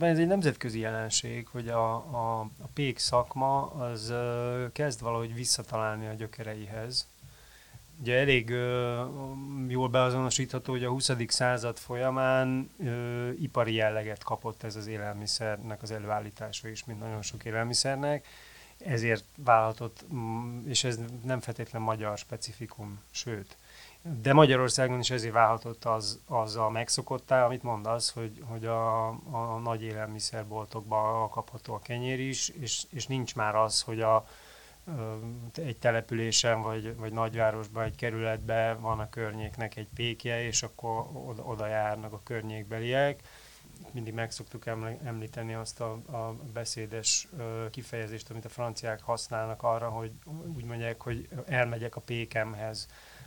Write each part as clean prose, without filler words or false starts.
Ez egy nemzetközi jelenség, hogy a pék szakma az kezd valahogy visszatalálni a gyökereihez. Ugye elég jól beazonosítható, hogy a 20. század folyamán ipari jelleget kapott ez az élelmiszernek az előállítása is, mint nagyon sok élelmiszernek. Ezért válhatott, és ez nem feltétlen magyar specifikum, sőt. De Magyarországon is ezért válhatott az a megszokottá, amit mondasz, hogy a nagy élelmiszerboltokban kapható a kenyér is, és nincs már az, hogy egy településen vagy nagyvárosban, egy kerületben van a környéknek egy pékje, és akkor oda járnak a környékbeliek. Mindig meg szoktuk említeni azt a beszédes kifejezést, amit a franciák használnak arra, hogy úgy mondják, hogy elmegyek a pékemhez.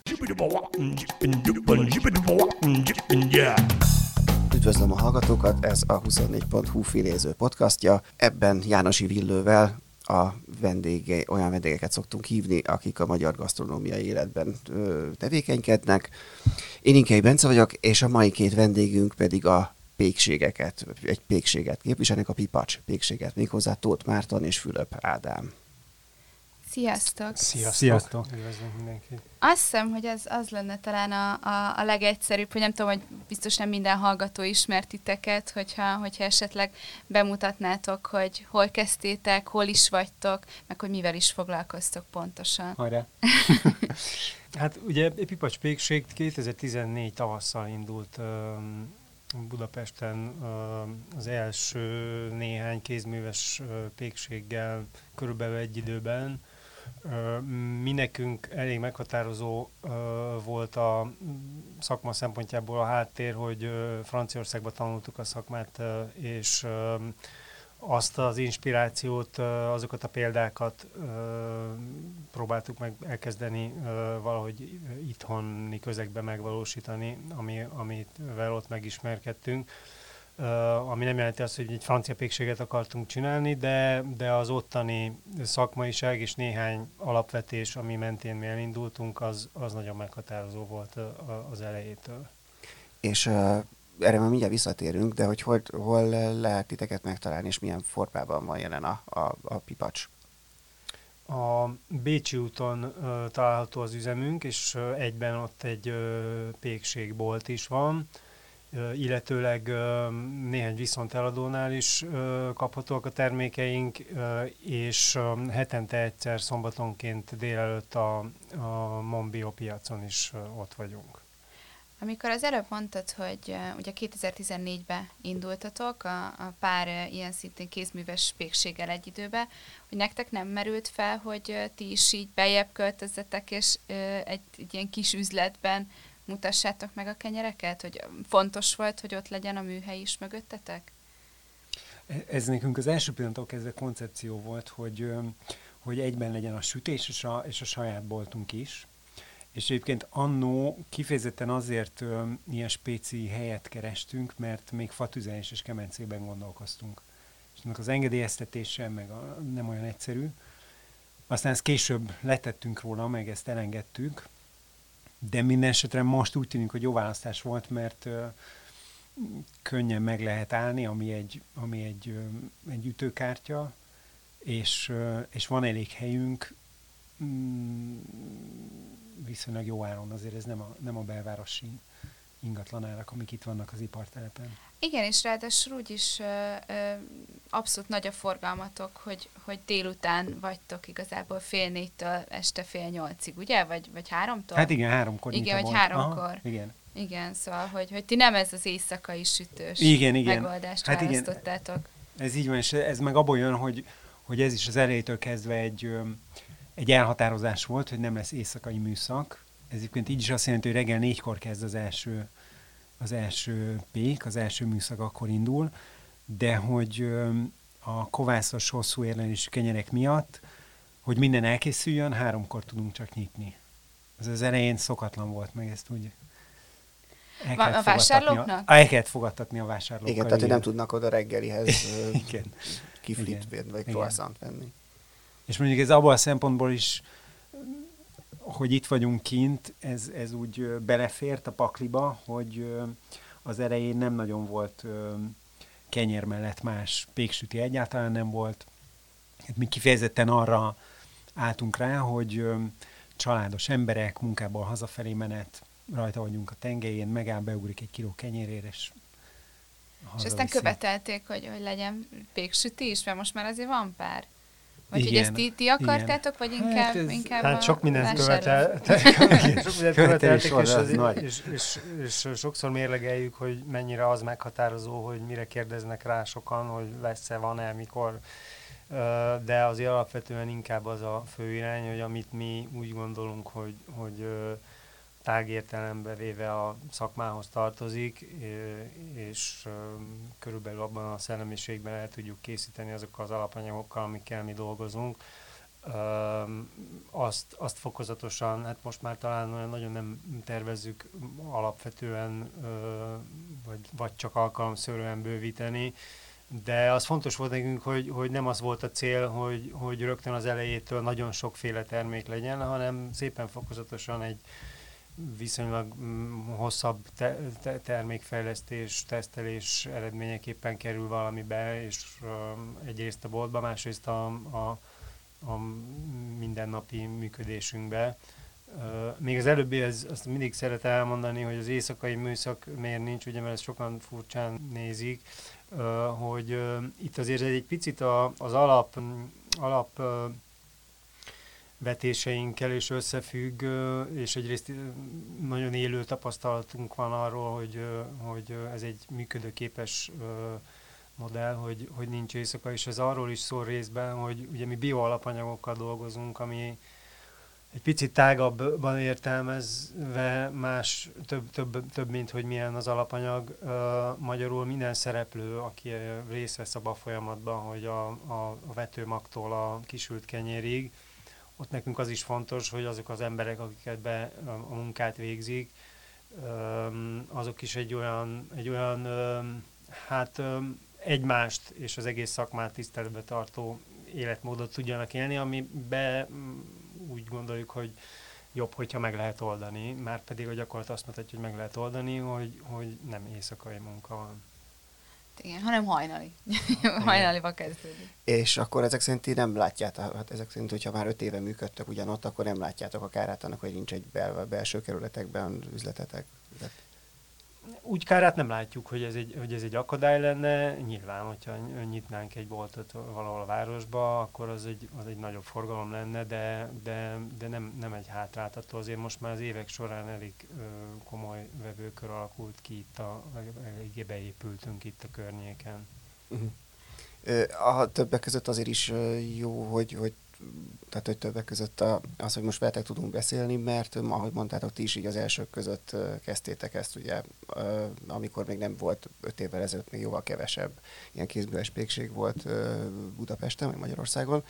Üdvözlöm a hallgatókat, ez a 24.hu filéző podcastja. Ebben Jánosi Villővel olyan vendégeket szoktunk hívni, akik a magyar gasztronómiai életben tevékenykednek. Én Inkei Bence vagyok, és a mai két vendégünk pedig egy pékséget képviselnek, a Pipacs pékséget, méghozzá Tóth Márton és Fülöp Ádám. Sziasztok! Sziasztok! Üdvözlünk mindenkit! Azt hiszem, hogy ez az lenne talán a legegyszerűbb, hogy nem tudom, hogy biztos nem minden hallgató ismert titeket, hogyha esetleg bemutatnátok, hogy hol kezdtétek, hol is vagytok, meg hogy mivel is foglalkoztok pontosan. Hajrá! Hát ugye Pipacs pékség 2014 tavasszal indult Budapesten az első néhány kézműves pékséggel körülbelül egy időben. Mi nekünk elég meghatározó volt a szakma szempontjából a háttér, hogy Franciaországban tanultuk a szakmát, és azt az inspirációt, azokat a példákat próbáltuk meg elkezdeni valahogy itthoni közegben megvalósítani, amivel ott megismerkedtünk. Ami nem jelenti azt, hogy egy francia pékséget akartunk csinálni, de az ottani szakmaiság és néhány alapvetés, ami mentén mi elindultunk, az nagyon meghatározó volt az elejétől. És erre már mindjárt visszatérünk, de hogy hol lehet titeket megtalálni, és milyen formában van jelen a Pipacs? A Bécsi úton található az üzemünk, és egyben ott egy pékségbolt is van, illetőleg néhány viszonteladónál is kaphatóak a termékeink, és hetente egyszer szombatonként délelőtt a Monbio piacon is ott vagyunk. Amikor az előbb mondtad, hogy ugye 2014-ben indultatok a pár ilyen szintén kézműves pékséggel egy időben, hogy nektek nem merült fel, hogy ti is így beljebb költözzetek, és egy ilyen kis üzletben mutassátok meg a kenyereket? Hogy fontos volt, hogy ott legyen a műhely is mögöttetek? Ez nekünk az első pillanattól kezdve koncepció volt, hogy egyben legyen a sütés és a saját boltunk is. És egyébként annó kifejezetten azért ilyen spéci helyet kerestünk, mert még fatüzelés és kemencében gondolkoztunk. És ennek az engedélyeztetése meg nem olyan egyszerű. Aztán ezt később letettünk róla, meg ezt elengedtük, de minden esetre most úgy tűnik, hogy jó választás volt, mert könnyen meg lehet állni, ami egy ütőkártya, és van elég helyünk, viszonylag jó áron, azért ez nem a belvárosi ingatlanárak, amik itt vannak az ipartelepen. Igen, és ráadásul úgyis abszolút nagy a forgalmatok, hogy délután vagytok igazából 3:30-től este 7:30-ig, ugye? Vagy 3-tól? Hát igen, 3-kor. Igen, vagy 3-kor. Aha, igen. Igen, szóval, hogy ti nem ez az éjszakai sütős megoldást hát választottátok. Igen, ez így van, és ez meg abból jön, hogy ez is az elejétől kezdve egy elhatározás volt, hogy nem lesz éjszakai műszak. Ez egyébként így is azt jelenti, hogy reggel 4-kor kezd az első pék, az első műszak akkor indul, de hogy a kovászos hosszú érlelésű kenyerek miatt, hogy minden elkészüljön, 3-kor tudunk csak nyitni. Ez az elején szokatlan volt, meg ezt úgy a vásárlóknak? El kellett fogadtatni a vásárlókkal. Igen, tehát hogy nem tudnak oda reggelihez kiflit vagy croissant venni. És mondjuk ez abban a szempontból is, hogy itt vagyunk kint, ez úgy belefért a pakliba, hogy az elején nem nagyon volt kenyér mellett más péksüti egyáltalán nem volt. Hát mi kifejezetten arra álltunk rá, hogy családos emberek, munkából hazafelé menet, rajta vagyunk a tengelyén, megáll, beugrik egy kiló kenyérért, és aztán követelték, hogy legyen péksüti is, mert most már azért van pár. Vagy igen, hogy ezt ti akartátok, vagy inkább hát sok mindent követeltek, és sokszor mérlegeljük, hogy mennyire az meghatározó, hogy mire kérdeznek rá sokan, hogy lesz-e, van-e, mikor. De azért alapvetően inkább az a fő irány, hogy amit mi úgy gondolunk, hogy tágértelembe véve a szakmához tartozik, és körülbelül abban a szellemiségben el tudjuk készíteni azokkal az alapanyagokkal, amikkel mi dolgozunk. Azt fokozatosan, hát most már talán olyan nagyon nem tervezzük alapvetően, vagy csak alkalomszerűen bővíteni, de az fontos volt nekünk, hogy nem az volt a cél, hogy rögtön az elejétől nagyon sokféle termék legyen, hanem szépen fokozatosan egy viszonylag hosszabb termékfejlesztés, tesztelés eredményeképpen kerül valamibe, és egyrészt a boltba, másrészt a mindennapi működésünkbe. Még az előbbi, azt mindig szeret elmondani, hogy az éjszakai műszak miért nincs, ugye, mert ezt sokan furcsán nézik, hogy itt azért egy picit az alap vetéseinkkel is összefügg, és egyrészt nagyon élő tapasztalatunk van arról, hogy ez egy működőképes modell, hogy nincs éjszaka, és ez arról is szól részben, hogy ugye mi bioalapanyagokkal dolgozunk, ami egy picit tágabban értelmezve más, több mint hogy milyen az alapanyag. Magyarul minden szereplő, aki részt vesz abban a folyamatban, hogy a vetőmagtól a kisült kenyérig, ott nekünk az is fontos, hogy azok az emberek, akiket a munkát végzik, azok is egy olyan egymást és az egész szakmát tiszteletbe tartó életmódot tudjanak élni, amiben úgy gondoljuk, hogy jobb, hogyha meg lehet oldani. Márpedig a gyakorlat azt mutatja, hogy meg lehet oldani, hogy nem éjszakai munka van. Igen, hanem hajnali. Hajnaliba kezdődik. És akkor ezek szerint ti nem látjátok, hát ezek szerint, hogyha már 5 éve működtök ugyanott, akkor nem látjátok a kárát annak, hogy nincs egy belső kerületekben üzletetek? Úgy kárát nem látjuk, hogy ez egy akadály lenne. Nyilván, hogyha nyitnánk egy boltot valahol a városba, akkor az egy nagyobb forgalom lenne, de nem egy hátráltató. Azért most már az évek során elég komoly vevőkör alakult ki itt, eléggé beépültünk itt a környéken. A többek között azért is jó, hogy többek között az, hogy most veletek tudunk beszélni, mert ahogy mondtátok, ti is így az elsők között kezdtétek ezt, ugye, amikor még nem volt 5 évvel ezelőtt, még jóval kevesebb ilyen kézműves pékség volt Budapesten, vagy Magyarországon.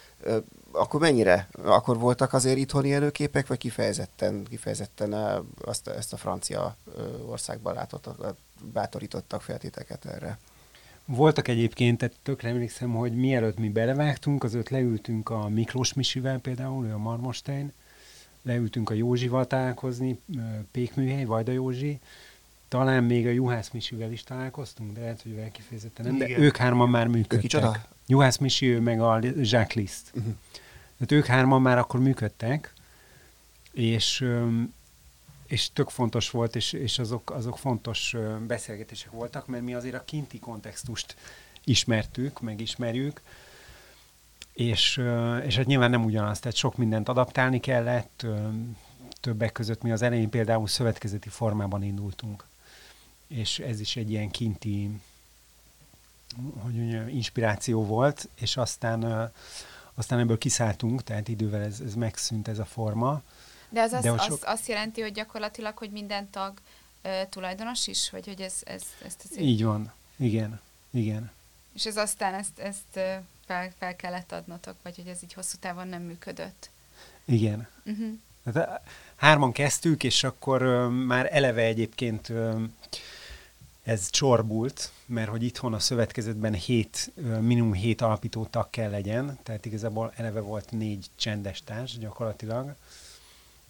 Akkor voltak azért itthoni előképek, vagy kifejezetten ezt a francia országban bátorítottak fel titeket erre? Voltak egyébként, tehát tökre emlékszem, hogy mielőtt mi belevágtunk, azért leültünk a Miklós Misivel például, ő a Marmostein, leültünk a Józsival találkozni, pékműhely, Vajda Józsi, talán még a Juhász Misivel is találkoztunk, de lehet, hogy vele kifejezetten nem, de ők hárman már működtek. Kicsoda? Juhász Misi, ő meg a Jacques Liszt. Tehát ők hárman már akkor működtek, és tök fontos volt, és azok fontos beszélgetések voltak, mert mi azért a kinti kontextust megismerjük, és hát nyilván nem ugyanaz, tehát sok mindent adaptálni kellett, többek között mi az elején például szövetkezeti formában indultunk, és ez is egy ilyen kinti inspiráció volt, és aztán ebből kiszálltunk, tehát idővel ez megszűnt ez a forma. De azt jelenti, hogy gyakorlatilag, hogy minden tag tulajdonos is? Vagy hogy ezt így van. Igen. És ez aztán ezt fel kellett adnotok, vagy hogy ez így hosszú távon nem működött? Igen. Hát, 3 kezdtük, és akkor már eleve egyébként ez csorbult, mert hogy itthon a szövetkezetben minimum 7 alapító tag kell legyen, tehát igazából eleve volt 4 csendes társ gyakorlatilag,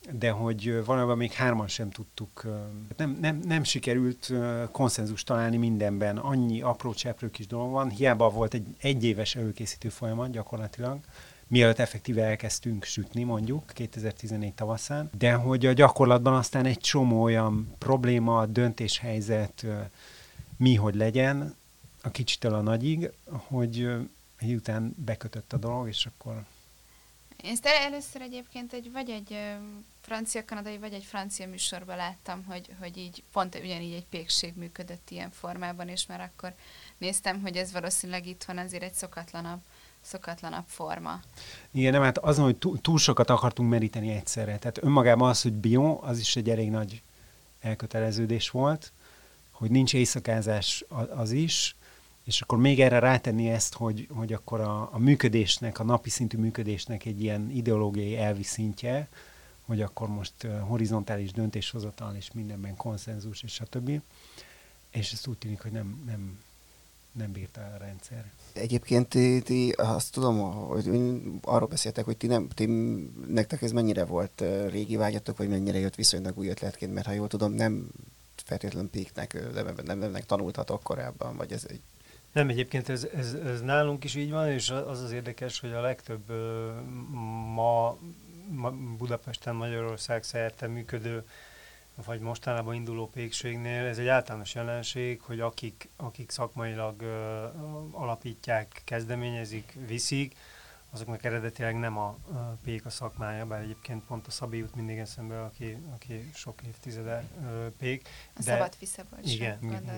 de hogy valójában még hárman sem tudtuk, nem sikerült konszenzus találni mindenben, annyi apró cseprő kis dolog van, hiába volt egy egyéves előkészítő folyamat gyakorlatilag, mielőtt effektíve elkezdtünk sütni, mondjuk 2014 tavaszán, de hogy a gyakorlatban aztán egy csomó olyan probléma, döntéshelyzet, mi hogy legyen, a kicsitől a nagyig, hogy után bekötött a dolog, és akkor... Én ezt először egyébként vagy egy francia-kanadai, vagy egy francia műsorban láttam, hogy így pont ugyanígy egy pékség működött ilyen formában, és már akkor néztem, hogy ez valószínűleg itthon azért egy szokatlanabb forma. Igen, nem, hát azon, hogy túl sokat akartunk meríteni egyszerre. Tehát önmagában az, hogy bio, az is egy elég nagy elköteleződés volt, hogy nincs éjszakázás, az is, és akkor még erre rátenni ezt, hogy akkor a működésnek, a napi szintű működésnek egy ilyen ideológiai elvi szintje, hogy akkor most horizontális döntéshozatal és mindenben konszenzus, és a többi. És ezt úgy tűnik, hogy nem bírta el a rendszer. Egyébként ti azt tudom, hogy arról beszéltek, hogy nektek ez mennyire volt régi vágyatok, vagy mennyire jött viszonylag új ötletként, mert ha jól tudom, nem feltétlenül péknek, nem tanultatok korábban, vagy ez egy... Nem, egyébként ez nálunk is így van, és az érdekes, hogy a legtöbb ma Budapesten, Magyarország szerte működő, vagy mostanában induló pékségnél ez egy általános jelenség, hogy akik szakmailag alapítják, kezdeményezik, viszik, azoknak eredetileg nem a pék a szakmája, bár egyébként pont a Szabi jut mindig eszembe, aki sok évtizede pék. A Szabad Fiszabolt igen.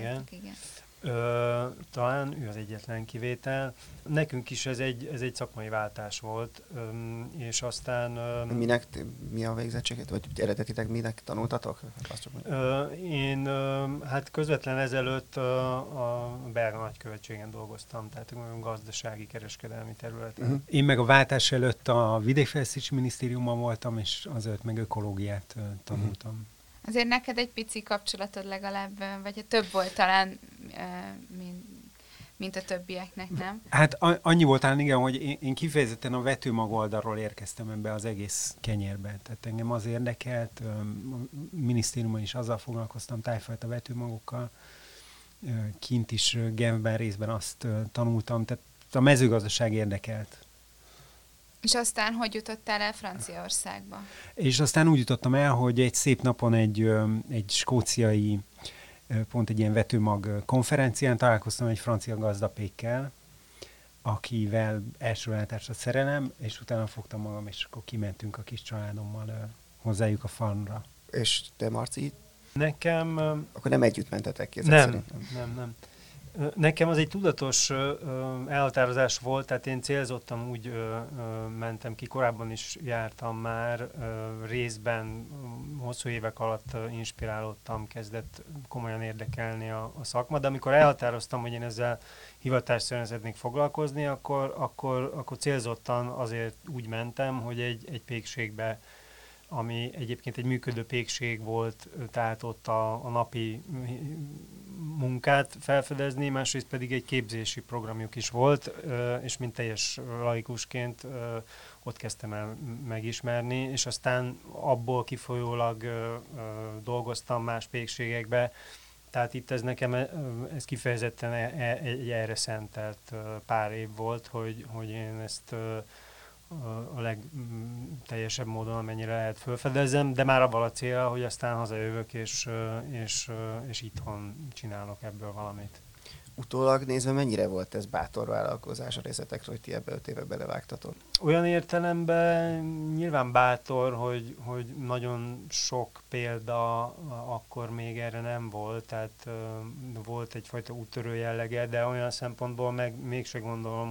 Talán ő az egyetlen kivétel. Nekünk is ez egy szakmai váltás volt, és aztán... Mi a végzettséget, vagy eredetileg minek tanultatok? Én hát közvetlen ezelőtt a belga nagykövetségen dolgoztam, tehát gazdasági, kereskedelmi területen. Uh-huh. Én meg a váltás előtt a Vidékfejlesztési Minisztériumban voltam, és azért meg ökológiát tanultam. Uh-huh. Azért neked egy pici kapcsolatod legalább, vagy több volt talán, mint a többieknek, nem? Hát annyi volt talán, igen, hogy én kifejezetten a vetőmag oldalról érkeztem ebbe az egész kenyérbe. Tehát engem az érdekelt, minisztériumban is azzal foglalkoztam, tájfajta vetőmagokkal, kint is Genfben részben azt tanultam, tehát a mezőgazdaság érdekelt. És aztán hogy jutottál el Franciaországba? És aztán úgy jutottam el, hogy egy szép napon egy skóciai, pont egy ilyen vetőmag konferencián találkoztam egy francia gazdapékkel, akivel első látásra szerelem, és utána fogtam magam, és akkor kimentünk a kis családommal hozzájuk a farmra. És te, Marci? Nekem... Akkor nem együtt mentetek ki? Nem. Nekem az egy tudatos elhatározás volt, tehát én célzottan úgy mentem ki, korábban is jártam már, részben hosszú évek alatt inspirálódtam, kezdett komolyan érdekelni a szakma, de amikor elhatároztam, hogy én ezzel hivatásszerűen szeretnék foglalkozni, akkor célzottan azért úgy mentem, hogy egy pékségbe, ami egyébként egy működő pékség volt, tehát ott a napi munkát felfedezni, másrészt pedig egy képzési programjuk is volt, és mint teljes laikusként ott kezdtem el megismerni, és aztán abból kifolyólag dolgoztam más pékségekbe, tehát itt ez nekem, ez kifejezetten egy erre szentelt pár év volt, hogy én ezt a legteljesebb módon, amennyire lehet felfedezem, de már abban a cél, hogy aztán hazajövök, és itthon csinálok ebből valamit. Utólag nézve mennyire volt ez bátor vállalkozás a részletekről, hogy ti ebbe 5 éve belevágtatok? Olyan értelemben nyilván bátor, hogy nagyon sok példa akkor még erre nem volt, tehát volt egyfajta úttörő jellege, de olyan szempontból meg mégse gondolom,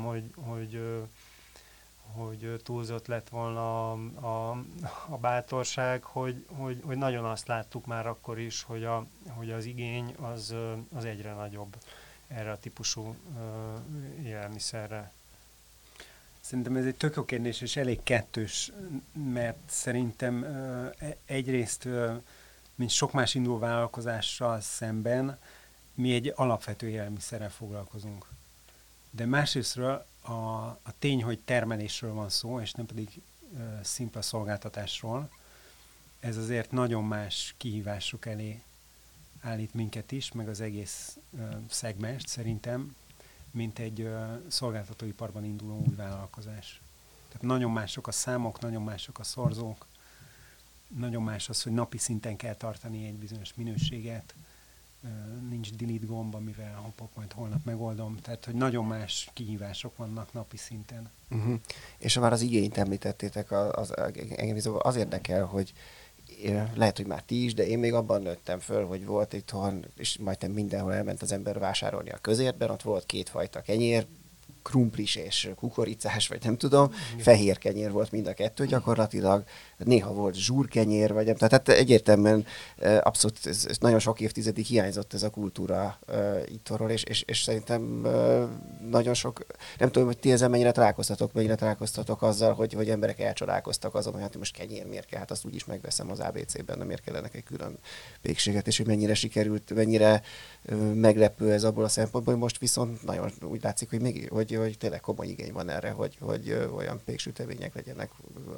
hogy túlzott lett volna a bátorság, hogy nagyon azt láttuk már akkor is, hogy az igény az egyre nagyobb erre a típusú élelmiszerre. Szerintem ez egy tök jó kérdés, és elég kettős, mert szerintem egyrészt, mint sok más induló vállalkozással szemben, mi egy alapvető élelmiszerrel foglalkozunk. De másrésztről a tény, hogy termelésről van szó, és nem pedig szimpla szolgáltatásról, ez azért nagyon más kihívások elé állít minket is, meg az egész szegmest szerintem, mint egy szolgáltatóiparban induló új vállalkozás. Tehát nagyon mások a számok, nagyon mások a szorzók, nagyon más az, hogy napi szinten kell tartani egy bizonyos minőséget, nincs delete gomb, amivel hoppok, majd holnap megoldom, tehát hogy nagyon más kihívások vannak napi szinten. Uh-huh. És ha már az igényt említettétek, engem az érdekel, hogy lehet, hogy már ti is, de én még abban nőttem föl, hogy volt itthon, és majdnem mindenhol elment az ember vásárolni a közértben, ott volt kétfajta kenyér, krumplis és kukoricás, vagy nem tudom, fehér kenyér volt mind a kettő gyakorlatilag, néha volt zsúrkenyér, vagy nem, tehát egyértelműen abszolút ez nagyon sok évtizedig hiányzott ez a kultúra itthonról, és szerintem nagyon sok, nem tudom, hogy ti ezzel mennyire találkoztatok azzal, hogy emberek elcsodálkoztak azon, hogy hát most kenyér miért kell, hát azt úgyis megveszem az ABC-ben, de miért kellene egy külön pékséget, és hogy mennyire sikerült, mennyire meglepő ez abból a szempontból, hogy most viszont nagyon úgy látszik, hogy tényleg komoly igény van erre, hogy olyan péksütemények legyenek,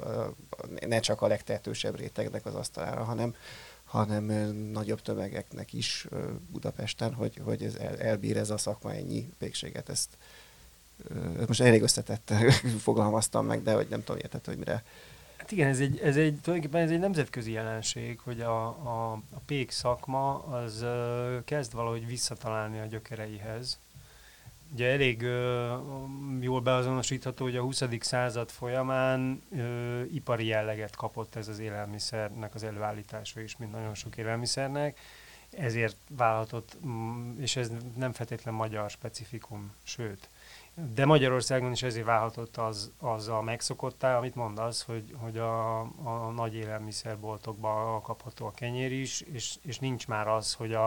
ne csak a legtehetősebb rétegnek az asztalára, hanem nagyobb tömegeknek is Budapesten, hogy ez elbír ez a szakma ennyi pékséget. Ezt most elég összetett fogalmaztam meg, de hogy nem tudom, érted, hogy mire. Hát igen, tulajdonképpen ez egy nemzetközi jelenség, hogy a pék szakma az kezd valahogy visszatalálni a gyökereihez. Ugye elég jól beazonosítható, hogy a 20. század folyamán ipari jelleget kapott ez az élelmiszernek az előállítása is, mint nagyon sok élelmiszernek. Ezért válhatott, és ez nem feltétlenül magyar specifikum, sőt. De Magyarországon is ezért válhatott az a megszokottá, amit mondasz, hogy a nagy élelmiszerboltokban kapható a kenyér is, és nincs már az, hogy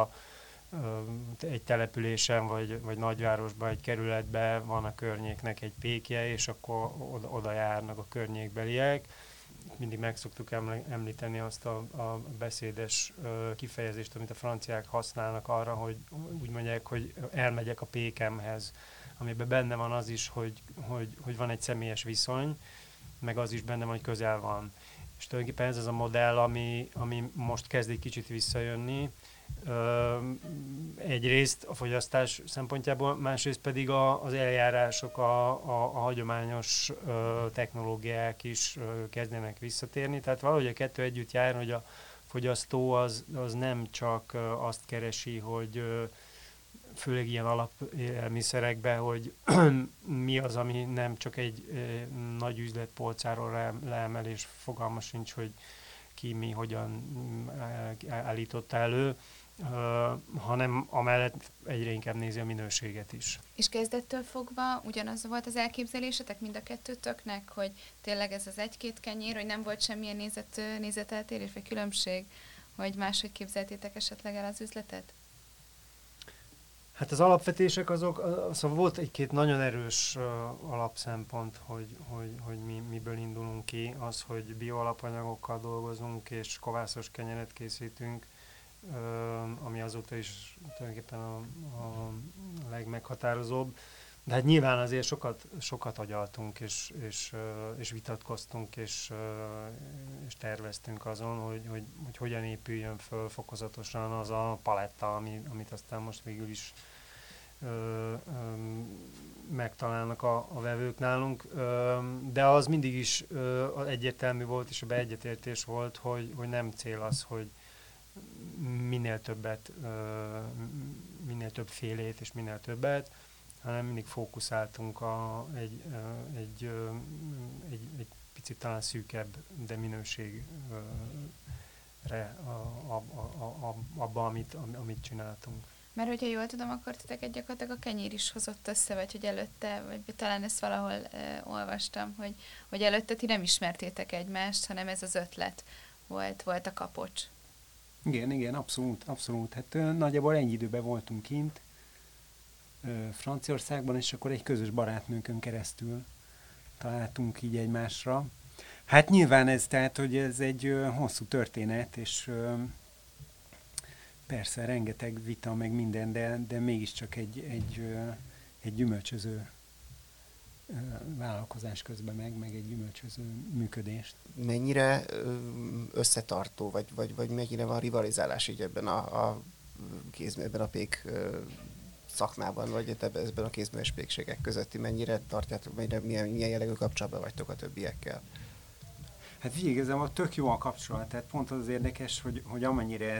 egy településen vagy nagyvárosban, egy kerületben van a környéknek egy pékje, és akkor oda járnak a környékbeliek. Mindig meg szoktuk említeni azt a beszédes kifejezést, amit a franciák használnak arra, hogy úgy mondják, hogy elmegyek a pékemhez, amiben benne van az is, hogy van egy személyes viszony, meg az is benne van, hogy közel van. És tulajdonképpen ez az a modell, ami most kezd egy kicsit visszajönni, egyrészt a fogyasztás szempontjából, másrészt pedig az eljárások, a hagyományos technológiák is kezdenek visszatérni. Tehát valahogy a kettő együtt jár, hogy a fogyasztó az nem csak azt keresi, hogy főleg ilyen alapélelmiszerekben, hogy mi az, ami nem csak egy nagy üzlet polcáról leemel, és fogalma sincs, hogy ki mi hogyan állította elő, hanem amellett egyre inkább nézi a minőséget is. És kezdettől fogva ugyanaz volt az elképzelésetek mind a kettőtöknek, hogy tényleg ez az egy-két kenyér, hogy nem volt semmilyen nézeteltérés vagy különbség, hogy máshogy képzeltétek esetleg el az üzletet? Hát az alapvetések szóval volt egy-két nagyon erős alapszempont, hogy miből indulunk ki, az, hogy bioalapanyagokkal dolgozunk és kovászos kenyeret készítünk, ami azóta is tulajdonképpen a legmeghatározóbb. De hát nyilván azért sokat agyaltunk, és vitatkoztunk, és terveztünk azon, hogy hogyan épüljön föl fokozatosan az a paletta, amit aztán most végül is megtalálnak a vevők nálunk. De az mindig is egyértelmű volt, és ebben egyetértés volt, hogy nem cél az, hogy minél több félét és minél többet, hanem mindig fókuszáltunk egy picit talán szűkebb, de minőségre abba, amit csináltunk. Mert hogyha jól tudom, akkor titeket gyakorlatilag a kenyér is hozott össze, vagy hogy előtte, vagy talán ezt valahol olvastam, hogy előtte ti nem ismertétek egymást, hanem ez az ötlet volt a kapocs. Igen, abszolút. Hát nagyjából ennyi időben voltunk kint, Franciaországban, és akkor egy közös barátnőnkön keresztül találtunk így egymásra. Hát nyilván hogy ez egy hosszú történet, és persze rengeteg vita, meg minden, de mégiscsak egy gyümölcsöző vállalkozás közben meg egy gyümölcsöző működést. Mennyire összetartó, vagy mennyire van rivalizálás így ebben ebben a pék szakmában, vagy ebben a kézműves pékségek közötti? Mennyire tartjátok, milyen jellegű kapcsolatban vagytok a többiekkel? Hát figyelj, igazából tök jó a kapcsolat, tehát pont az érdekes, hogy amennyire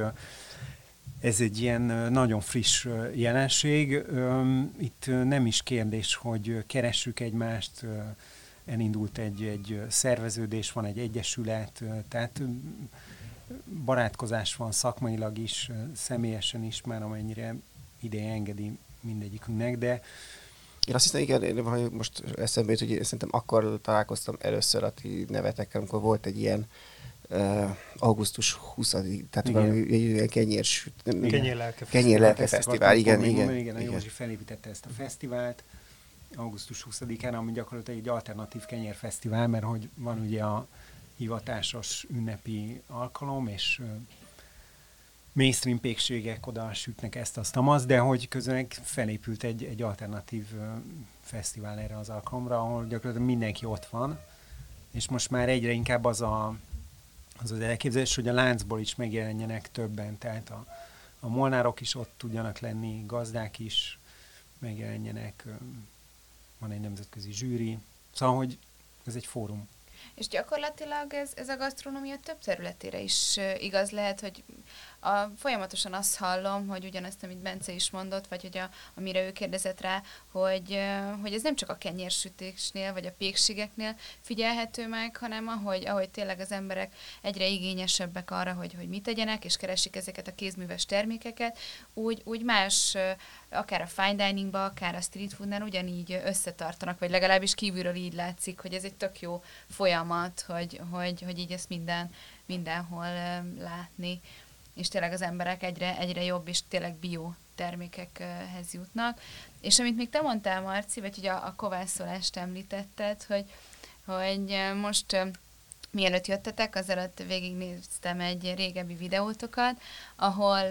ez egy ilyen nagyon friss jelenség, itt nem is kérdés, hogy keressük egymást, elindult egy szerveződés, van egy egyesület, tehát barátkozás van szakmailag is, személyesen is, már amennyire ideje engedi mindegyikünknek, de Én azt hiszem, igen, most eszembe jut, hogy szerintem akkor találkoztam először a ti nevetekkel, amikor volt egy ilyen augusztus 20-ig, tehát valami ilyen Kenyérlelke Fesztivál, igen. A Józsi felépítette ezt a fesztivált augusztus 20-án, ami gyakorlatilag egy alternatív kenyérfesztivál, mert hogy van ugye a hivatásos ünnepi alkalom, és mainstream pékségek oda sütnek ezt azt, de hogy közben felépült egy alternatív fesztivál erre az alkalomra, ahol gyakorlatilag mindenki ott van, és most már egyre inkább az elképzelés, hogy a láncból is megjelenjenek többen, tehát a molnárok is ott tudjanak lenni, gazdák is megjelenjenek, van egy nemzetközi zsűri, szóval, hogy ez egy fórum. És gyakorlatilag ez a gasztronómia több területére is igaz lehet, hogy folyamatosan azt hallom, hogy ugyanazt, amit Bence is mondott, vagy hogy amire ő kérdezett rá, hogy ez nem csak a kenyérsütésnél, vagy a pékségeknél figyelhető meg, hanem ahogy tényleg az emberek egyre igényesebbek arra, hogy mit tegyenek, és keresik ezeket a kézműves termékeket, úgy más, akár a fine diningba, akár a street foodnál ugyanígy összetartanak, vagy legalábbis kívülről így látszik, hogy ez egy tök jó folyamat, hogy így ezt mindenhol látni, és tényleg az emberek egyre jobb és tényleg bio termékekhez jutnak. És amit még te mondtál, Marci, vagy hogy a kovászolást említetted, hogy most mielőtt jöttetek, azelőtt végignéztem egy régebbi videótokat, ahol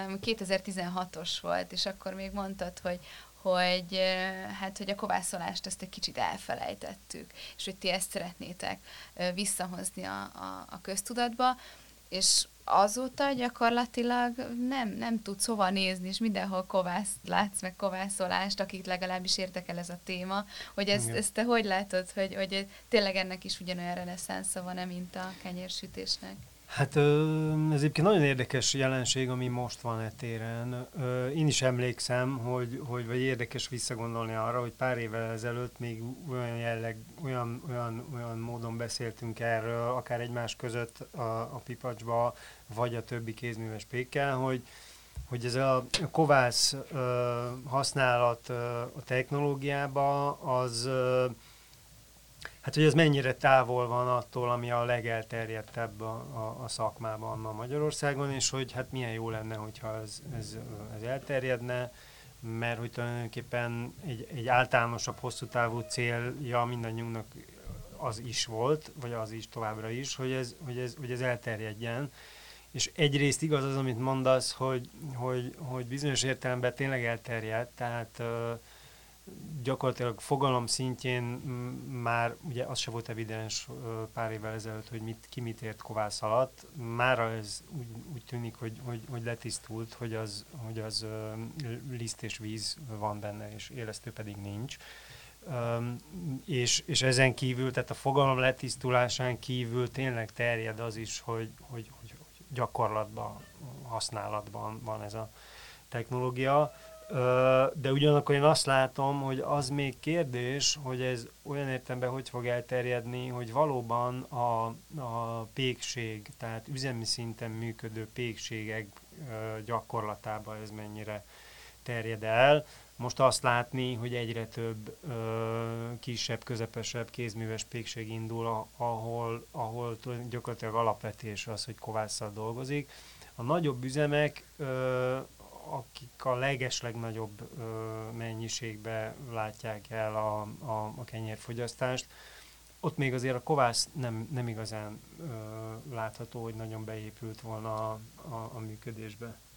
2016-os volt, és akkor még mondtad, hogy a kovászolást ezt egy kicsit elfelejtettük, és hogy ti ezt szeretnétek visszahozni a köztudatba, és azóta gyakorlatilag nem tudsz hova nézni, és mindenhol kovászt látsz, meg kovászolást, akik legalábbis érdekel ez a téma, hogy ezt te hogy látod, hogy tényleg ennek is ugyanolyan reneszánsza van-e, mint a kenyérsütésnek? Hát ez egyébként nagyon érdekes jelenség, ami most van e téren. Én is emlékszem, vagy érdekes visszagondolni arra, hogy pár évvel ezelőtt még olyan módon beszéltünk erről, akár egymás között a Pipacsba, vagy a többi kézműves pékkel, hogy ez a kovász használat a technológiában az... Hát, hogy ez mennyire távol van attól, ami a legelterjedtebb a szakmában ma Magyarországon, és hogy hát milyen jó lenne, hogyha ez elterjedne, mert hogy tulajdonképpen egy általánosabb, hosszú távú célja mindannyiunknak az is volt, vagy az is továbbra is, hogy ez elterjedjen. És egyrészt igaz az, amit mondasz, hogy bizonyos értelemben tényleg elterjedt, tehát gyakorlatilag fogalom szintjén már ugye az se volt evidens pár évvel ezelőtt, hogy ki mit ért kovász alatt. Mára ez úgy tűnik, hogy letisztult, hogy az liszt és víz van benne, és élesztő pedig nincs. És ezen kívül, tehát a fogalom letisztulásán kívül tényleg terjed az is, hogy gyakorlatban, használatban van ez a technológia. De ugyanakkor én azt látom, hogy az még kérdés, hogy ez olyan értelemben hogy fog elterjedni, hogy valóban a pékség, tehát üzemi szinten működő pékségek gyakorlatában ez mennyire terjed el. Most azt látni, hogy egyre több kisebb, közepesebb kézműves pékség indul, ahol gyakorlatilag alapvetés az, hogy kovásszal dolgozik. A nagyobb üzemek, akik a legeslegnagyobb mennyiségbe látják el a kenyérfogyasztást, ott még azért a kovász nem igazán látható, hogy nagyon beépült volna a működésbe.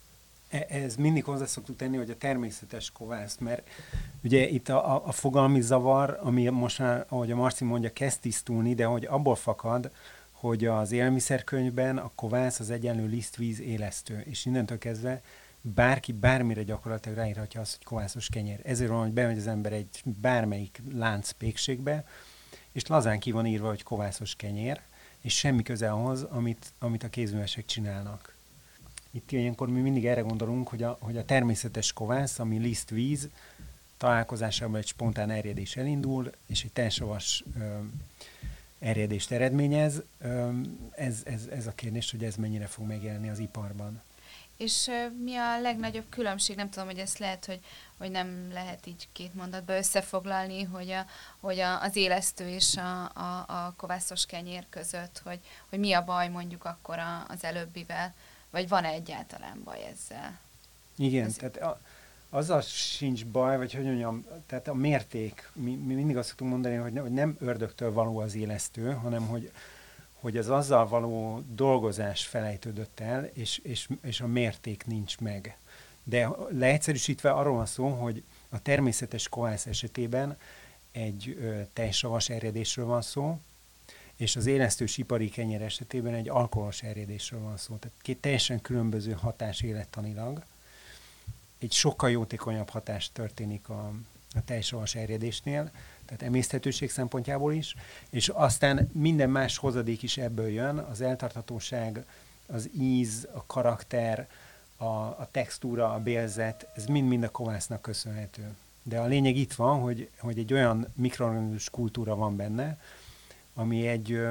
Ez mindig hozzá szoktuk tenni, hogy a természetes kovász, mert ugye itt a fogalmi zavar, ami most már, ahogy a Marci mondja, kezd tisztulni, de hogy abból fakad, hogy az élelmiszerkönyvben a kovász az egyenlő lisztvíz élesztő, és innentől kezdve bárki bármire gyakorlatilag ráírhatja azt, hogy kovászos kenyér. Ezért van, hogy bemegy az ember egy bármelyik lánc pékségbe, és lazán ki van írva, hogy kovászos kenyér, és semmi köze ahhoz, amit a kézművesek csinálnak. Itt ilyenkor mi mindig erre gondolunk, hogy a természetes kovász, ami liszt-víz, találkozásában egy spontán erjedés elindul, és egy teljesavas erjedést eredményez. Ez a kérdés, hogy ez mennyire fog megjelenni az iparban. És mi a legnagyobb különbség? Nem tudom, hogy ezt lehet, hogy nem lehet így két mondatba összefoglalni, hogy az élesztő és a kovászos kenyér között, hogy mi a baj mondjuk akkor az előbbivel, vagy van-e egyáltalán baj ezzel? Igen, tehát azzal sincs baj, vagy hogy mondjam, tehát a mérték, mi mindig azt szoktunk mondani, hogy nem ördögtől való az élesztő, hanem hogy az azzal való dolgozás felejtődött el, és a mérték nincs meg. De leegyszerűsítve arról van szó, hogy a természetes kovász esetében egy tejsavas erjedésről van szó, és az élesztős ipari kenyér esetében egy alkoholos erjedésről van szó. Tehát két teljesen különböző hatás élettanilag. Egy sokkal jótékonyabb hatás történik a tejsavas erjedésnél, tehát emészthetőség szempontjából is, és aztán minden más hozadék is ebből jön, az eltarthatóság, az íz, a karakter, a textúra, a bélzet, ez mind-mind a kovásznak köszönhető. De a lényeg itt van, hogy egy olyan mikroorganizmus kultúra van benne, ami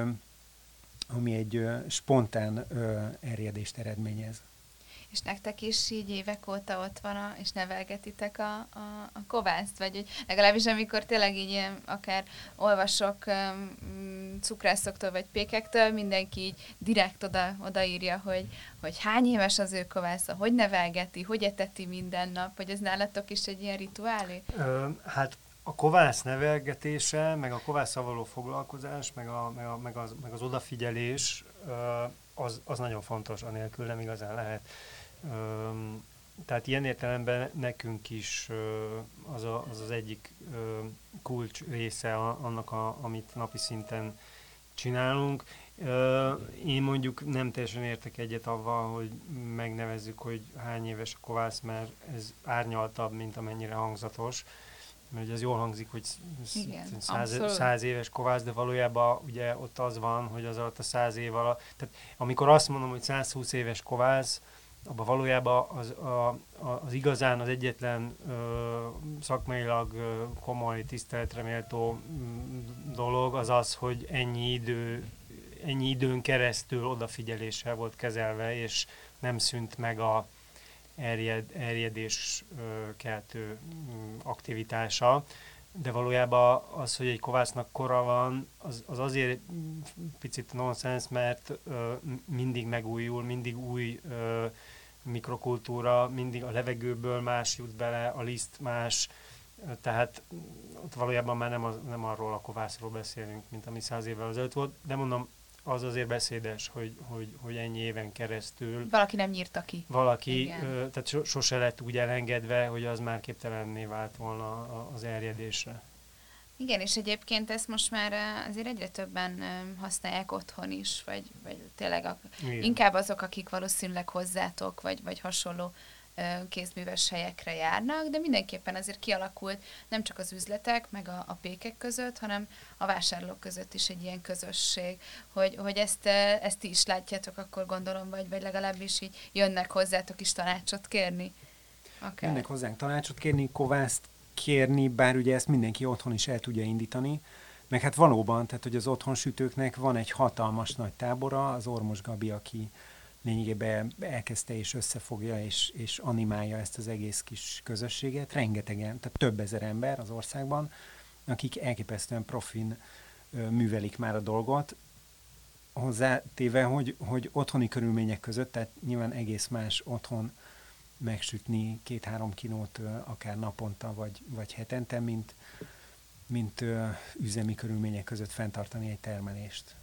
egy spontán erjedést eredményez. És nektek is így évek óta ott van, és nevelgetitek a kovászt? Vagy hogy legalábbis amikor tényleg így akár olvasok cukrászoktól vagy pékektől, mindenki így direkt odaírja, hogy hány éves az ő kovásza, hogy nevelgeti, hogy eteti minden nap, hogy ez nálatok is egy ilyen rituálé? Hát a kovász nevelgetése, meg a kovásszal való foglalkozás, meg az odafigyelés, az nagyon fontos, anélkül nem igazán lehet. Tehát ilyen értelemben nekünk is az egyik kulcs része annak, amit napi szinten csinálunk. Én mondjuk nem teljesen értek egyet avval, hogy megnevezzük, hogy hány éves a kovász, mert ez árnyaltabb, mint amennyire hangzatos. Mert ugye ez jól hangzik, hogy 100 éves kovász, de valójában ugye ott az van, hogy az alatt a 100 év alatt, tehát amikor azt mondom, hogy 120 éves kovász, abban valójában az igazán az egyetlen szakmailag komoly, tiszteletre méltó dolog az az, hogy ennyi időn keresztül odafigyeléssel volt kezelve, és nem szűnt meg a erjedés keltő aktivitása, de valójában az, hogy egy kovásznak kora van, az azért picit nonsens, mert mindig megújul, mindig új mikrokultúra, mindig a levegőből más jut bele, a liszt más, tehát ott valójában már nem arról a kovászról beszélünk, mint ami 100 évvel ezelőtt volt, de mondom, az azért beszédes, hogy ennyi éven keresztül... Valaki nem nyírta ki. Valaki, tehát sose lett úgy elengedve, hogy az már képtelenné vált volna az erjedésre. Igen, és egyébként ezt most már azért egyre többen használják otthon is, vagy tényleg inkább azok, akik valószínűleg hozzátok, vagy hasonló kézműves helyekre járnak, de mindenképpen azért kialakult nem csak az üzletek, meg a pékek között, hanem a vásárlók között is egy ilyen közösség, hogy ezt ti is látjátok, akkor gondolom, vagy legalábbis így jönnek hozzátok is tanácsot kérni. Akár. Jönnek hozzánk tanácsot kérni, kovászt kérni, bár ugye ezt mindenki otthon is el tudja indítani, meg hát valóban, tehát hogy az otthonsütőknek van egy hatalmas nagy tábora, az Ormos Gabi, aki lényegében elkezdte és összefogja és animálja ezt az egész kis közösséget. Rengetegen, tehát több ezer ember az országban, akik elképesztően profin művelik már a dolgot, hozzátéve, hogy otthoni körülmények között, tehát nyilván egész más otthon megsütni 2-3 kilót akár naponta vagy hetente, mint üzemi körülmények között fenntartani egy termelést.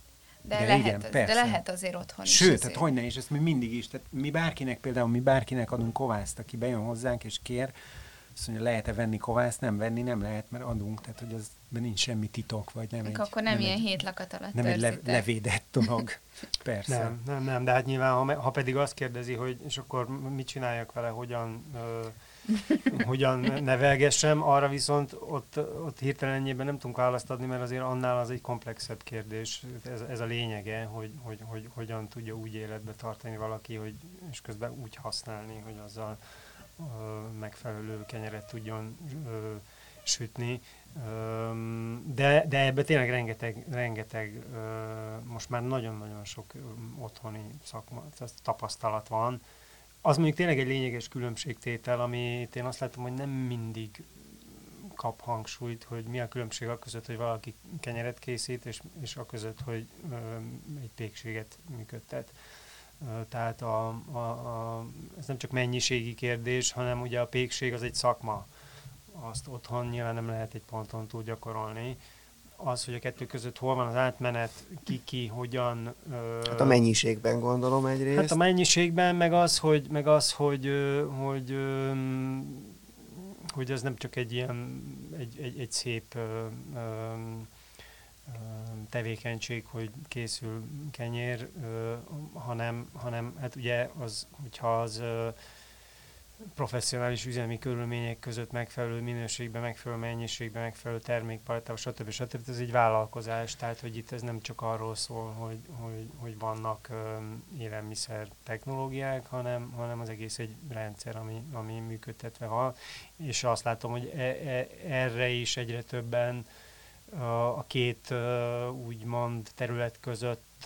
De lehet azért otthon is. Sőt, tehát hogyne, és ezt mi mindig is. Tehát mi bárkinek adunk kovászt, aki bejön hozzánk és kér, azt mondja, lehet-e venni kovászt? Nem venni, nem lehet, mert adunk, tehát hogy az nincs semmi titok, vagy nem egy... Akkor nem ilyen 7 lakat alatt nem törzitek. egy levédett dolog. Persze. Nem, de hát nyilván, ha pedig azt kérdezi, hogy és akkor mit csináljak vele, hogyan nevelgessem, arra viszont ott hirtelen ennyiben nem tudunk választ adni, mert azért annál az egy komplexebb kérdés. Ez a lényege, hogy hogyan tudja úgy életbe tartani valaki, és közben úgy használni, hogy azzal megfelelő kenyeret tudjon sütni. De ebben tényleg rengeteg most már nagyon-nagyon sok otthoni tapasztalat van. Az mondjuk tényleg egy lényeges különbségtétel, amit én azt látom, hogy nem mindig kap hangsúlyt, hogy mi a különbség a között, hogy valaki kenyeret készít, és a között, hogy egy pékséget működtet. Tehát ez nem csak mennyiségi kérdés, hanem ugye a pékség az egy szakma. Azt otthon nyilván nem lehet egy ponton túl gyakorolni. Az, hogy a kettő között hol van az átmenet, ki, hogyan... Hát a mennyiségben gondolom egyrészt. Hát a mennyiségben, meg az, hogy az nem csak egy ilyen, egy szép tevékenység, hogy készül kenyér, hanem hát ugye az, hogyha az professzionális üzemi körülmények között megfelelő minőségben, megfelelő mennyiségben, megfelelő termékpalettával, stb. Ez egy vállalkozás, tehát hogy itt ez nem csak arról szól, hogy vannak élelmiszer technológiák, hanem az egész egy rendszer, ami működtetve van, és azt látom, hogy erre is egyre többen a két úgymond terület között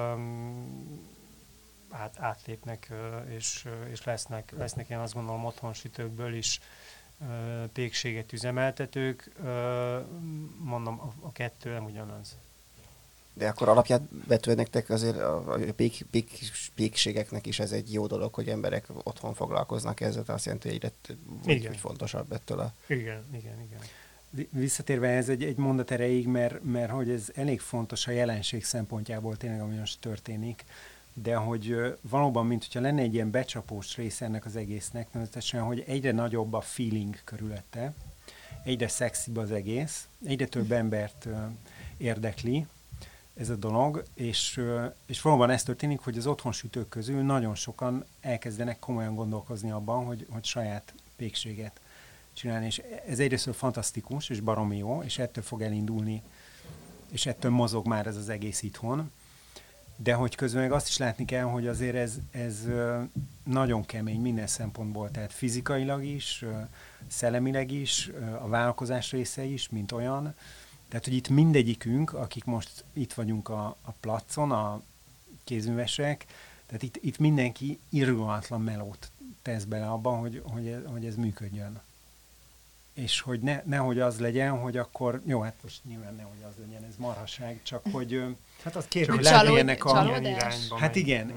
átlépnek, és lesznek ilyen, azt gondolom, otthonsütőkből is pékséget üzemeltetők. Mondom, a kettő nem ugyanaz. De akkor alapvetően nektek azért a pékségeknek is ez egy jó dolog, hogy emberek otthon foglalkoznak ezzel, azt jelenti, hogy egyre fontosabb ettől a... Igen. Visszatérve ez egy mondat erejéig, mert hogy ez elég fontos a jelenség szempontjából tényleg, ami most történik, de hogy valóban, mint hogyha lenne egy ilyen becsapós része ennek az egésznek, nevezetesen, hogy egyre nagyobb a feeling körülötte, egyre szexibb az egész, egyre több embert érdekli ez a dolog, és valóban ez történik, hogy az otthonsütők közül nagyon sokan elkezdenek komolyan gondolkozni abban, hogy saját pékséget csinálni, és ez egyrészt fantasztikus, és baromi jó, és ettől fog elindulni, és ettől mozog már ez az egész itthon, de hogy közben meg azt is látni kell, hogy azért ez nagyon kemény minden szempontból, tehát fizikailag is, szellemileg is, a vállalkozás része is, mint olyan. Tehát, hogy itt mindegyikünk, akik most itt vagyunk a placon, a kézművesek, tehát itt mindenki irgalmatlan melót tesz bele abban, hogy ez működjön. És hogy nehogy az legyen, hogy akkor, jó, hát most nyilván nehogy az legyen, ez marhaság, csak hogy... Hát azt kérem, hogy lennének a irányba. Hát igen.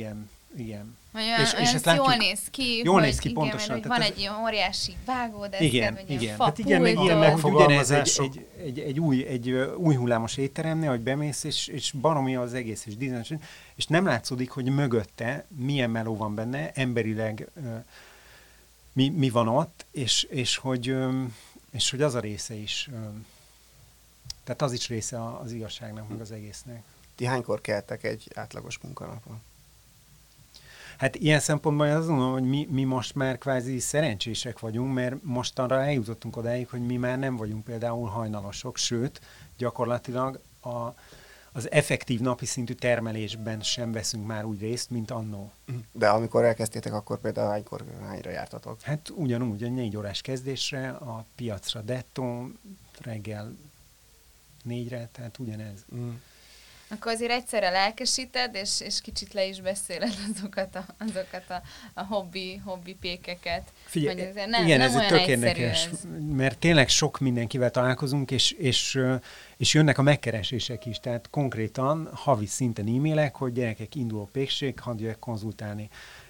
És ezt látjuk, jól néz ki, jól néz ki pontosan. Hogy van egy ilyen óriási vágódeszka, igen. Hát igen, meg ilyen megfogalmazások. Egy új hullámos étteremnél, hogy bemész, és baromi az egész, és dizájnos, és nem látszódik, hogy mögötte milyen meló van benne, emberileg mi van ott, és hogy az a része is, tehát az is része az igazságnak, meg az egésznek. Ti hánykor keltek egy átlagos munkanapon? Hát ilyen szempontból azt mondom, hogy mi most már kvázi szerencsések vagyunk, mert mostanra eljutottunk odáig, hogy mi már nem vagyunk például hajnalosok, sőt, gyakorlatilag az effektív napi szintű termelésben sem veszünk már úgy részt, mint annó. De amikor elkezdtétek, akkor például hányra jártatok? Hát ugyanúgy, egy 4 órás kezdésre, a piacra dettó, reggel 4-re, tehát ugyanez. Akkor azért egyszerre lelkesíted, és kicsit le is beszéled azokat a hobbi pékeket. Figyelj, igen, ez tök érdekes, mert tényleg sok mindenkivel találkozunk, és jönnek a megkeresések is, tehát konkrétan havi szinten e-mailek, hogy gyerekek, induló pékség, hadd jöjjek konzultálni,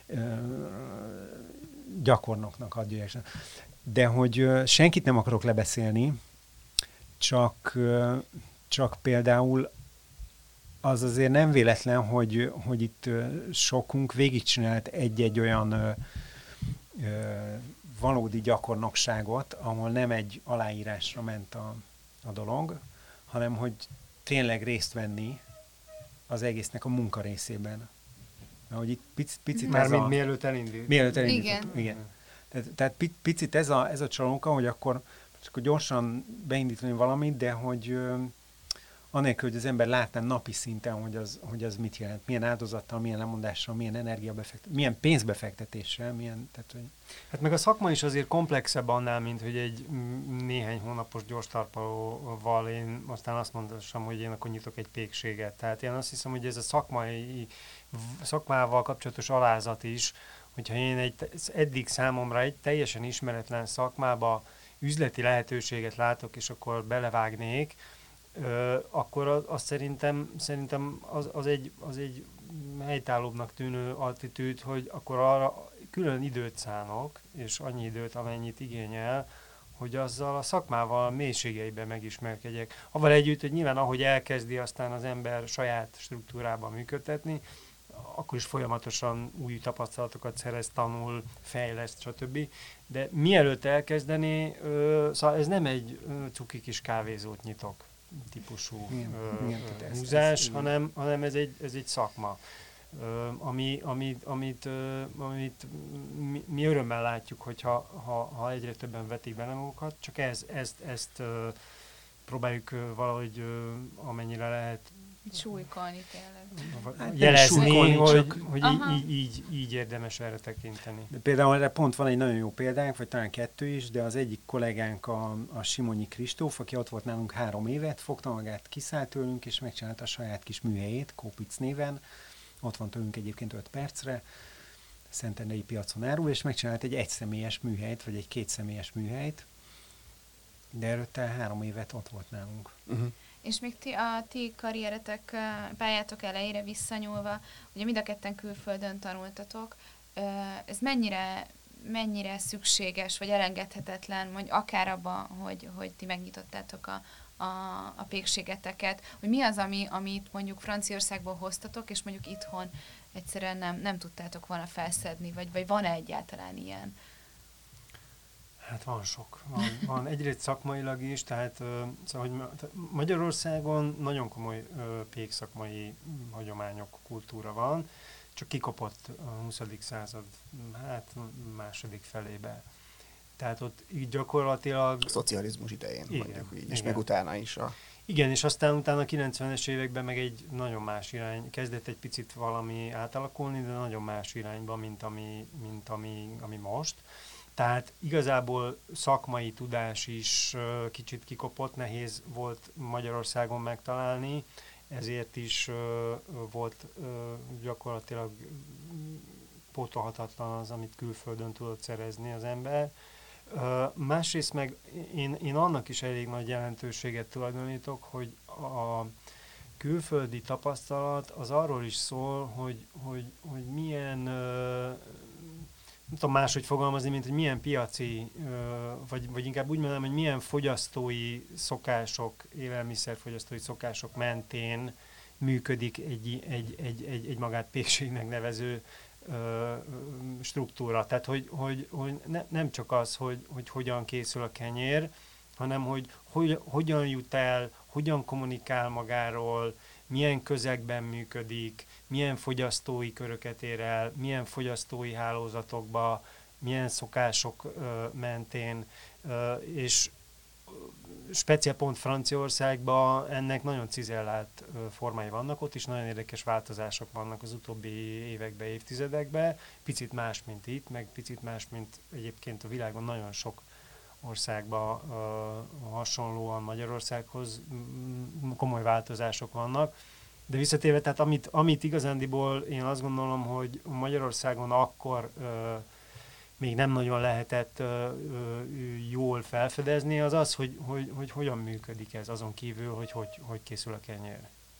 gyakornoknak hadd jöjjek. De hogy senkit nem akarok lebeszélni, csak például az azért nem véletlen, hogy itt sokunk végigcsinált egy-egy olyan valódi gyakornokságot, ahol nem egy aláírásra ment a dolog, hanem hogy tényleg részt venni az egésznek a munka részében. Hogy itt picit Mármint mielőtt elindult. Mielőtt elindítottuk, igen. Tehát picit ez a csalóka, hogy akkor gyorsan beindítani valamit, de hogy anélkül, hogy az ember látná napi szinten, hogy az mit jelent, milyen áldozattal, milyen lemondással, milyen energiabefektetéssel, milyen pénzbefektetéssel, tehát, hogy... Hát meg a szakma is azért komplexebb annál, mint hogy egy néhány hónapos gyors tarpalóval én aztán azt mondassam, hogy én akkor nyitok egy pékséget. Tehát én azt hiszem, hogy ez a szakmával kapcsolatos alázat is, hogyha én eddig számomra egy teljesen ismeretlen szakmába üzleti lehetőséget látok, és akkor belevágnék, akkor az szerintem az egy helytállóbbnak tűnő attitűd, hogy akkor arra külön időt szánok, és annyi időt, amennyit igényel, hogy azzal a szakmával mélységeiben megismerkedjek. Avval együtt, hogy nyilván ahogy elkezdi aztán az ember saját struktúrában működtetni, akkor is folyamatosan új tapasztalatokat szerez, tanul, fejleszt, stb. De mielőtt elkezdené, szóval ez nem egy cuki kis kávézót nyitok típusú húzás, hanem ez egy szakma, amit mi örömmel látjuk, hogyha egyre többen vetik bele magukat, csak ezt próbáljuk valahogy amennyire lehet súlykolni tényleg. Jelezni, hogy így érdemes erre tekinteni. De például erre pont van egy nagyon jó példánk, vagy talán 2 is, de az egyik kollégánk a Simonyi Kristóf, aki ott volt nálunk 3 évet, fogta magát, kiszállt tőlünk, és megcsinálta a saját kis műhelyét, Kópic néven. Ott van tőlünk egyébként 5 percre, Szentendrei piacon árul, és megcsinált egy egyszemélyes műhelyt, vagy egy 2 személyes műhelyt, de előtte 3 évet ott volt nálunk. Uh-huh. És még a ti karrieretek, pályátok elejére visszanyúlva, ugye mind a ketten külföldön tanultatok, ez mennyire szükséges, vagy elengedhetetlen, vagy akár abban, hogy ti megnyitottátok a pékségeteket, hogy mi az, amit mondjuk Franciaországból hoztatok, és mondjuk itthon egyszerűen nem tudtátok volna felszedni, vagy van-e egyáltalán ilyen? Hát van sok. Van egyrészt szakmailag is, tehát szóval, hogy Magyarországon nagyon komoly pékszakmai hagyományok, kultúra van, csak kikopott a 20. század második felébe. Tehát ott így gyakorlatilag... A szocializmus idején, igen, mondjuk így, és igen. meg utána is Igen, és aztán utána a 90-es években meg egy nagyon más irány, kezdett egy picit valami átalakulni, de nagyon más irányba, mint ami most. Tehát igazából szakmai tudás is kicsit kikopott, nehéz volt Magyarországon megtalálni, ezért is volt gyakorlatilag pótolhatatlan az, amit külföldön tudott szerezni az ember. Másrészt meg én annak is elég nagy jelentőséget tulajdonítok, hogy a külföldi tapasztalat az arról is szól, hogy milyen, nem tudom máshogy fogalmazni, mint hogy milyen piaci, vagy inkább úgy mondanám, hogy milyen fogyasztói szokások, élelmiszerfogyasztói szokások mentén működik egy magát pékségnek nevező struktúra. Tehát, hogy nem csak az, hogy hogyan készül a kenyér, hanem hogy hogyan jut el, hogyan kommunikál magáról, milyen közegben működik, milyen fogyasztói köröket ér el, milyen fogyasztói hálózatokba, milyen szokások mentén, és speciál pont Franciaországban ennek nagyon cizellált formái vannak, ott is nagyon érdekes változások vannak az utóbbi években, évtizedekben, picit más, mint itt, meg picit más, mint egyébként a világon nagyon sok országban hasonlóan Magyarországhoz komoly változások vannak. De visszatérve, tehát amit igazándiból én azt gondolom, hogy Magyarországon akkor még nem nagyon lehetett jól felfedezni, az az, hogy hogyan működik ez, azon kívül, hogy készül a kenyér.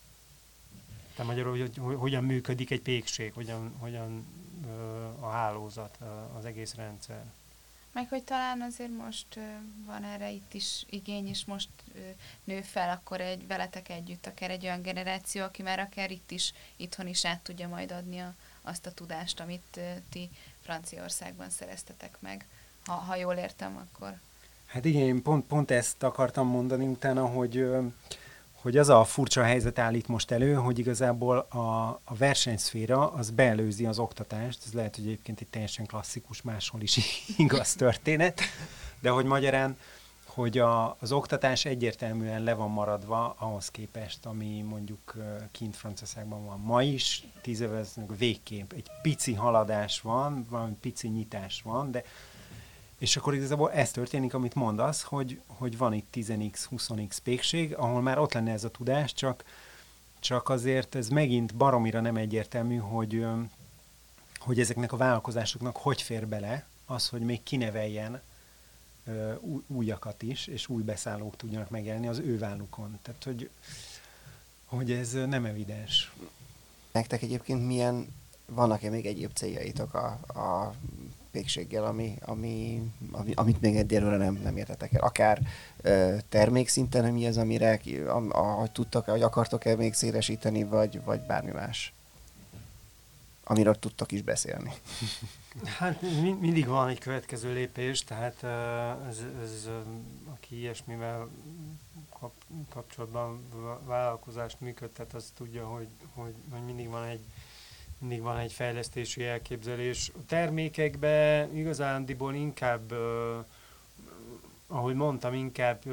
Tehát magyarul, hogy hogyan működik egy pékség, hogyan a hálózat, az egész rendszer. Meg hogy talán azért most van erre itt is igény, és most nő fel akkor veletek együtt akár egy olyan generáció, aki már akár itthon is át tudja majd adni azt a tudást, amit ti Franciaországban szereztetek meg. Ha jól értem, akkor... Hát igen, én pont ezt akartam mondani utána, hogy az a furcsa helyzet áll itt most elő, hogy igazából a versenyszféra az beelőzi az oktatást, ez lehet, hogy egyébként egy teljesen klasszikus, máshol is igaz történet, de hogy magyarán, hogy az oktatás egyértelműen le van maradva ahhoz képest, ami mondjuk kint Franciaországban van ma is, 10 évvel végképp egy pici haladás van, valami pici nyitás van, de és akkor igazából ez történik, amit mondasz, hogy van itt 10x, 20x pékség, ahol már ott lenne ez a tudás, csak azért ez megint baromira nem egyértelmű, hogy ezeknek a vállalkozásoknak hogy fér bele az, hogy még kineveljen újakat is, és új beszállók tudjanak megjelenni az ő vállukon. Tehát, hogy ez nem evidens. Nektek egyébként vannak-e még egyéb céljaitok a pékséggel, amit még egyelőre nem értetek el? Akár termékszinten, hogy mi az, amire ahogy tudtok, hogy akartok-e még szélesíteni, vagy bármi más? Amiről tudtok is beszélni. Hát mindig van egy következő lépés, tehát ez aki ilyesmivel kapcsolatban vállalkozást működtet, az tudja, hogy mindig van egy fejlesztési elképzelés. A termékekben igazándiból inkább, ahogy mondtam, inkább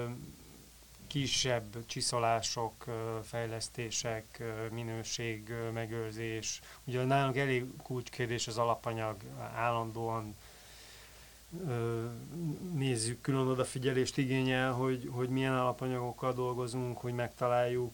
kisebb csiszolások, fejlesztések, minőség, megőrzés. Ugye nálunk elég kulcskérdés az alapanyag, állandóan nézzük, külön odafigyelést igényel, hogy milyen alapanyagokkal dolgozunk, hogy megtaláljuk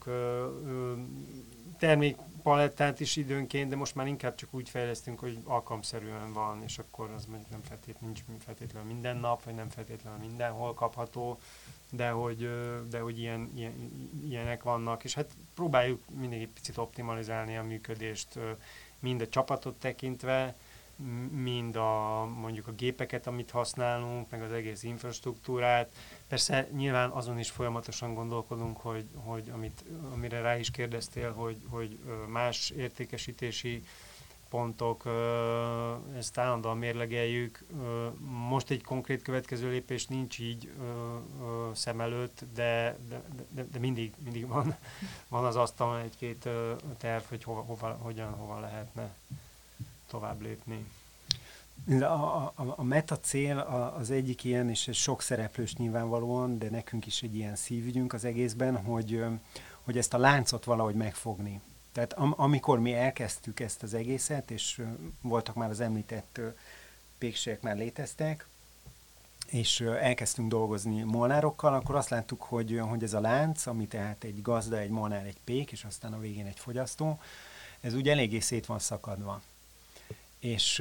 termékpalettát is időnként, de most már inkább csak úgy fejlesztünk, hogy alkalomszerűen van, és akkor az mondjuk nincs feltétlenül minden nap, vagy nem feltétlenül mindenhol kapható, de hogy ilyenek vannak, és hát próbáljuk mindig egy picit optimalizálni a működést, mind a csapatot tekintve, mind mondjuk a gépeket, amit használunk, meg az egész infrastruktúrát. Persze nyilván azon is folyamatosan gondolkodunk, amire rá is kérdeztél, hogy más értékesítési pontok, ezt állandóan mérlegeljük. Most egy konkrét következő lépés nincs így szem előtt, de mindig van az asztalon egy-két terv, hogy hova lehetne tovább lépni. A meta cél az egyik ilyen, és ez sok szereplős nyilvánvalóan, de nekünk is egy ilyen szívügyünk az egészben, hogy ezt a láncot valahogy megfogni. Tehát amikor mi elkezdtük ezt az egészet, és voltak már az említett pékségek már léteztek, és elkezdtünk dolgozni molnárokkal, akkor azt láttuk, hogy ez a lánc, ami tehát egy gazda, egy molnár, egy pék, és aztán a végén egy fogyasztó, ez úgy eléggé szét van szakadva. És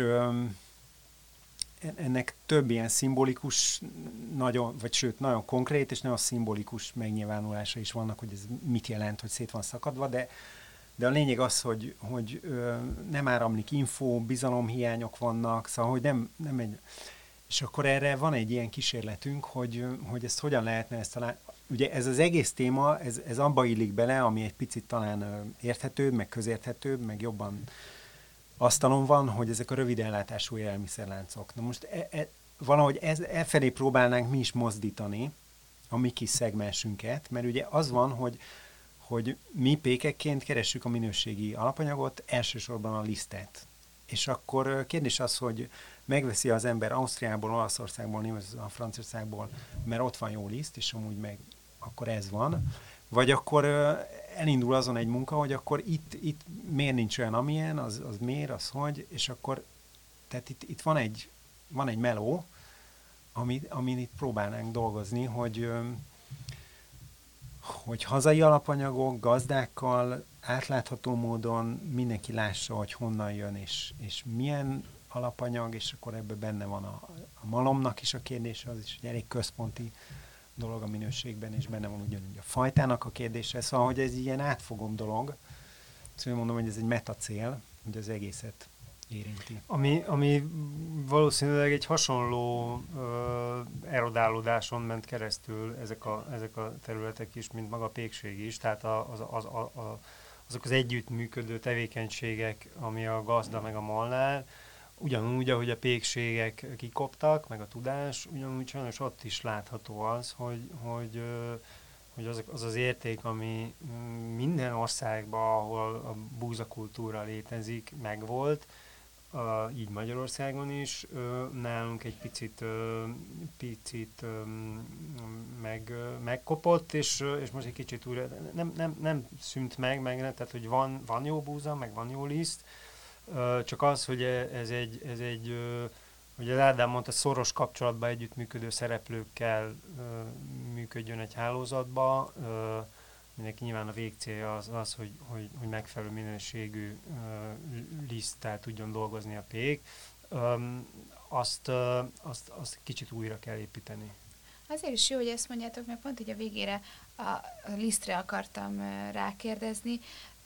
ennek több ilyen szimbolikus, nagyon konkrét és nagyon szimbolikus megnyilvánulása is vannak, hogy ez mit jelent, hogy szét van szakadva, de a lényeg az, hogy nem áramlik info, bizalomhiányok vannak, szóval, hogy nem egy... És akkor erre van egy ilyen kísérletünk, hogy ezt hogyan lehetne ugye ez az egész téma, ez abba illik bele, ami egy picit talán érthetőbb, meg közérthetőbb, meg jobban asztalon van, hogy ezek a rövid ellátású élelmiszerláncok. Na most valahogy felé próbálnánk mi is mozdítani a mi kis szegmensünket, mert ugye az van, hogy mi pékekként keressük a minőségi alapanyagot, elsősorban a lisztet. És akkor kérdés az, hogy megveszi az ember Ausztriából, Olaszországból, Németországból, Franciaországból, mert ott van jó liszt, és amúgy meg akkor ez van. Vagy akkor elindul azon egy munka, hogy akkor itt miért nincs olyan, amilyen, az miért, az hogy, és akkor tehát itt van egy meló, amin itt próbálnánk dolgozni, hogy hazai alapanyagok, gazdákkal, átlátható módon mindenki lássa, hogy honnan jön, és milyen alapanyag, és akkor ebben benne van a malomnak is a kérdése, az is egy elég központi dolog a minőségben, és benne van ugyanúgy a fajtának a kérdése, szóval, hogy ez ilyen átfogom dolog, szóval mondom, hogy ez egy meta cél, hogy az egészet érinti. Ami valószínűleg egy hasonló erodálódáson ment keresztül ezek a területek is, mint maga a pékség is, tehát azok az együttműködő tevékenységek, ami a gazda meg a molnár, ugyanúgy, ahogy a pékségek kikoptak, meg a tudás, ugyanúgy sajnos ott is látható az, hogy az az érték, ami minden országban, ahol a búzakultúra létezik, megvolt, így Magyarországon is, nálunk egy picit megkopott, és most egy kicsit újra, nem szűnt meg, tehát hogy van jó búza, meg van jó liszt, csak az, hogy ez egy hogy az Ádám mondta, szoros kapcsolatban együttműködő szereplőkkel működjön egy hálózatba. Mindenki nyilván a végcélja az hogy megfelelő minőségű liszttel tudjon dolgozni a pék. Azt kicsit újra kell építeni. Azért is jó, hogy ezt mondjátok, mert pont így a végére a lisztre akartam rákérdezni,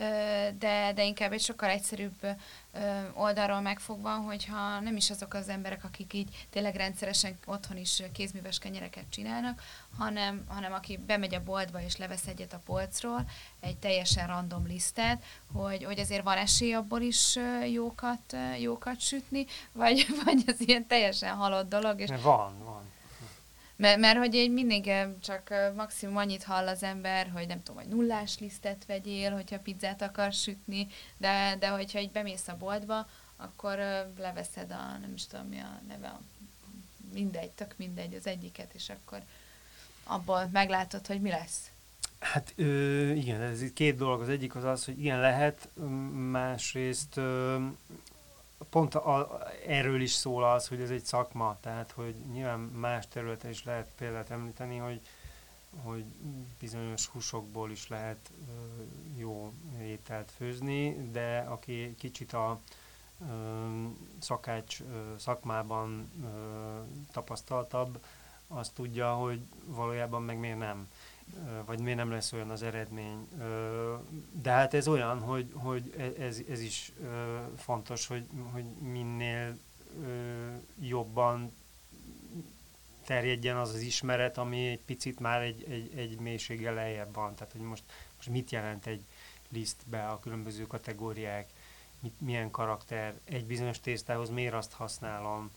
de inkább egy sokkal egyszerűbb oldalról megfogva, hogyha nem is azok az emberek, akik így tényleg rendszeresen otthon is kézműves kenyereket csinálnak, hanem aki bemegy a boltba és levesz egyet a polcról, egy teljesen random lisztet, hogy azért van esély abból is jókat sütni, vagy az ilyen teljesen halott dolog. És Van. Mert hogy így mindig csak maximum annyit hall az ember, hogy nem tudom, hogy nullás lisztet vegyél, hogyha pizzát akarsz sütni, de hogyha így bemész a boltba, akkor leveszed nem is tudom mi a neve, tök mindegy az egyiket, és akkor abból meglátod, hogy mi lesz. Hát igen, ez itt két dolog. Az egyik az, hogy igen lehet, másrészt pont erről is szól az, hogy ez egy szakma, tehát hogy nyilván más területen is lehet példát említeni, hogy bizonyos húsokból is lehet jó ételt főzni, de aki kicsit a szakács szakmában tapasztaltabb, az tudja, hogy valójában meg miért nem, vagy miért nem lesz olyan az eredmény. De hát ez olyan, hogy ez is fontos, hogy minél jobban terjedjen az az ismeret, ami egy picit már egy mélységgel lejjebb van. Tehát, hogy most mit jelent egy lisztbe a különböző kategóriák, milyen karakter, egy bizonyos tésztához miért azt használom,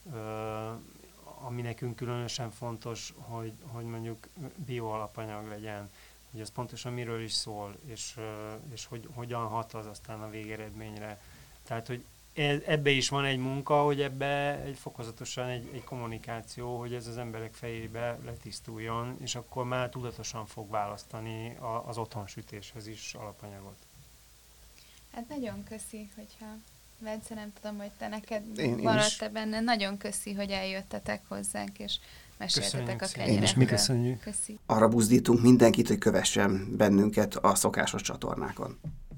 ami nekünk különösen fontos, hogy mondjuk bioalapanyag legyen, hogy az pontosan miről is szól, és hogy hogyan hat az aztán a végeredményre. Tehát, hogy ebbe is van egy munka, hogy ebbe fokozatosan egy kommunikáció, hogy ez az emberek fejébe letisztuljon, és akkor már tudatosan fog választani az otthonsütéshez is alapanyagot. Hát nagyon köszi, hogyha Bence, nem tudom, hogy te neked Én maradt-e benne. Nagyon köszi, hogy eljöttetek hozzánk, és meséltetek a kenyerekről. Én is mi köszönjük. Köszi. Arra buzdítunk mindenkit, hogy kövessen bennünket a szokásos csatornákon.